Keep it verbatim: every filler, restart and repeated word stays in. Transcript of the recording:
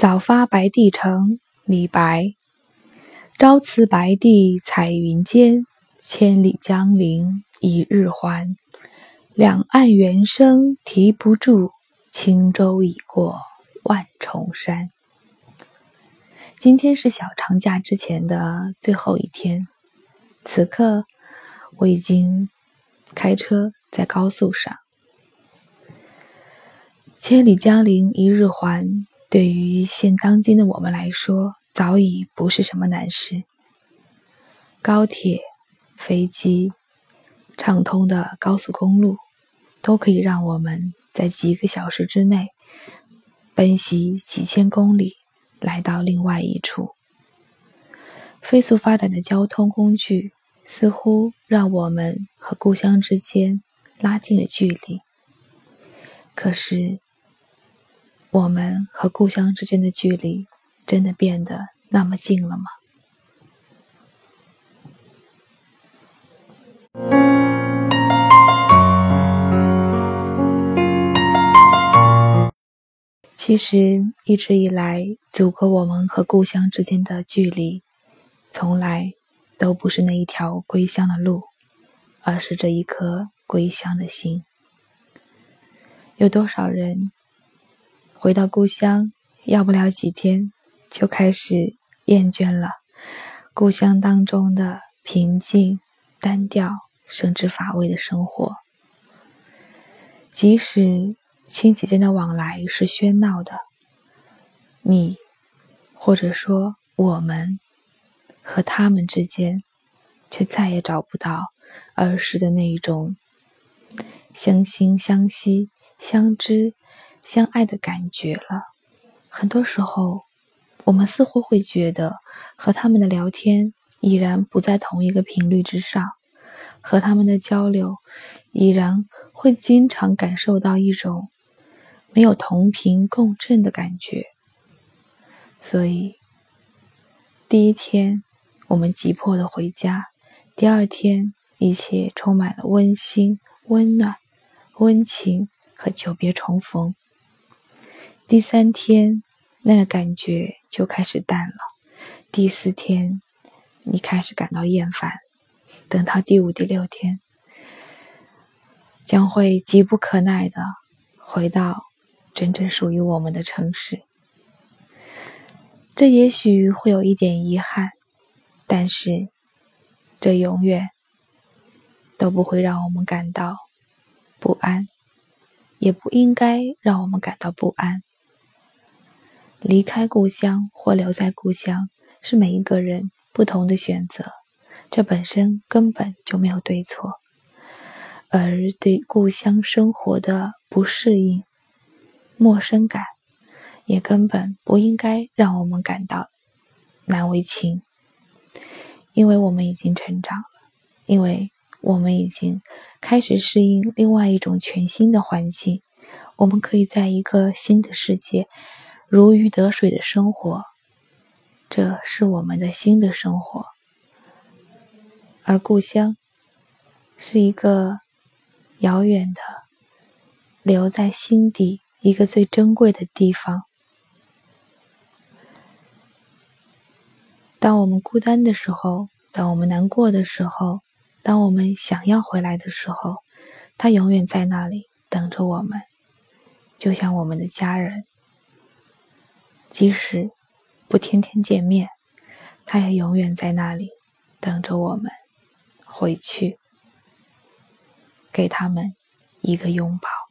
早发白帝城，李白。朝辞白帝彩云间，千里江陵一日还。两岸猿声啼不住，轻舟已过万重山。今天是小长假之前的最后一天，此刻我已经开车在高速上。千里江陵一日还，对于现当今的我们来说，早已不是什么难事。高铁、飞机、畅通的高速公路，都可以让我们在几个小时之内奔袭几千公里，来到另外一处。飞速发展的交通工具，似乎让我们和故乡之间拉近了距离。可是，我们和故乡之间的距离，真的变得那么近了吗？其实一直以来，阻隔我们和故乡之间的距离，从来都不是那一条归乡的路，而是这一颗归乡的心。有多少人回到故乡，要不了几天，就开始厌倦了故乡当中的平静、单调，甚至乏味的生活。即使亲戚间的往来是喧闹的，你或者说我们和他们之间，却再也找不到儿时的那一种相心相惜、相知相爱的感觉了。很多时候，我们似乎会觉得和他们的聊天已然不在同一个频率之上，和他们的交流已然会经常感受到一种没有同频共振的感觉。所以第一天我们急迫地回家，第二天一切充满了温馨、温暖、温情和久别重逢。第三天那个感觉就开始淡了，第四天你开始感到厌烦，等到第五、第六天将会急不可耐地回到真正属于我们的城市。这也许会有一点遗憾，但是这永远都不会让我们感到不安，也不应该让我们感到不安。离开故乡或留在故乡，是每一个人不同的选择，这本身根本就没有对错。而对故乡生活的不适应、陌生感，也根本不应该让我们感到难为情，因为我们已经成长了，因为我们已经开始适应另外一种全新的环境，我们可以在一个新的世界如鱼得水的生活，这是我们的新的生活。而故乡是一个遥远的，留在心底一个最珍贵的地方。当我们孤单的时候，当我们难过的时候，当我们想要回来的时候，他永远在那里等着我们，就像我们的家人。即使不天天见面，他也永远在那里等着我们回去，给他们一个拥抱。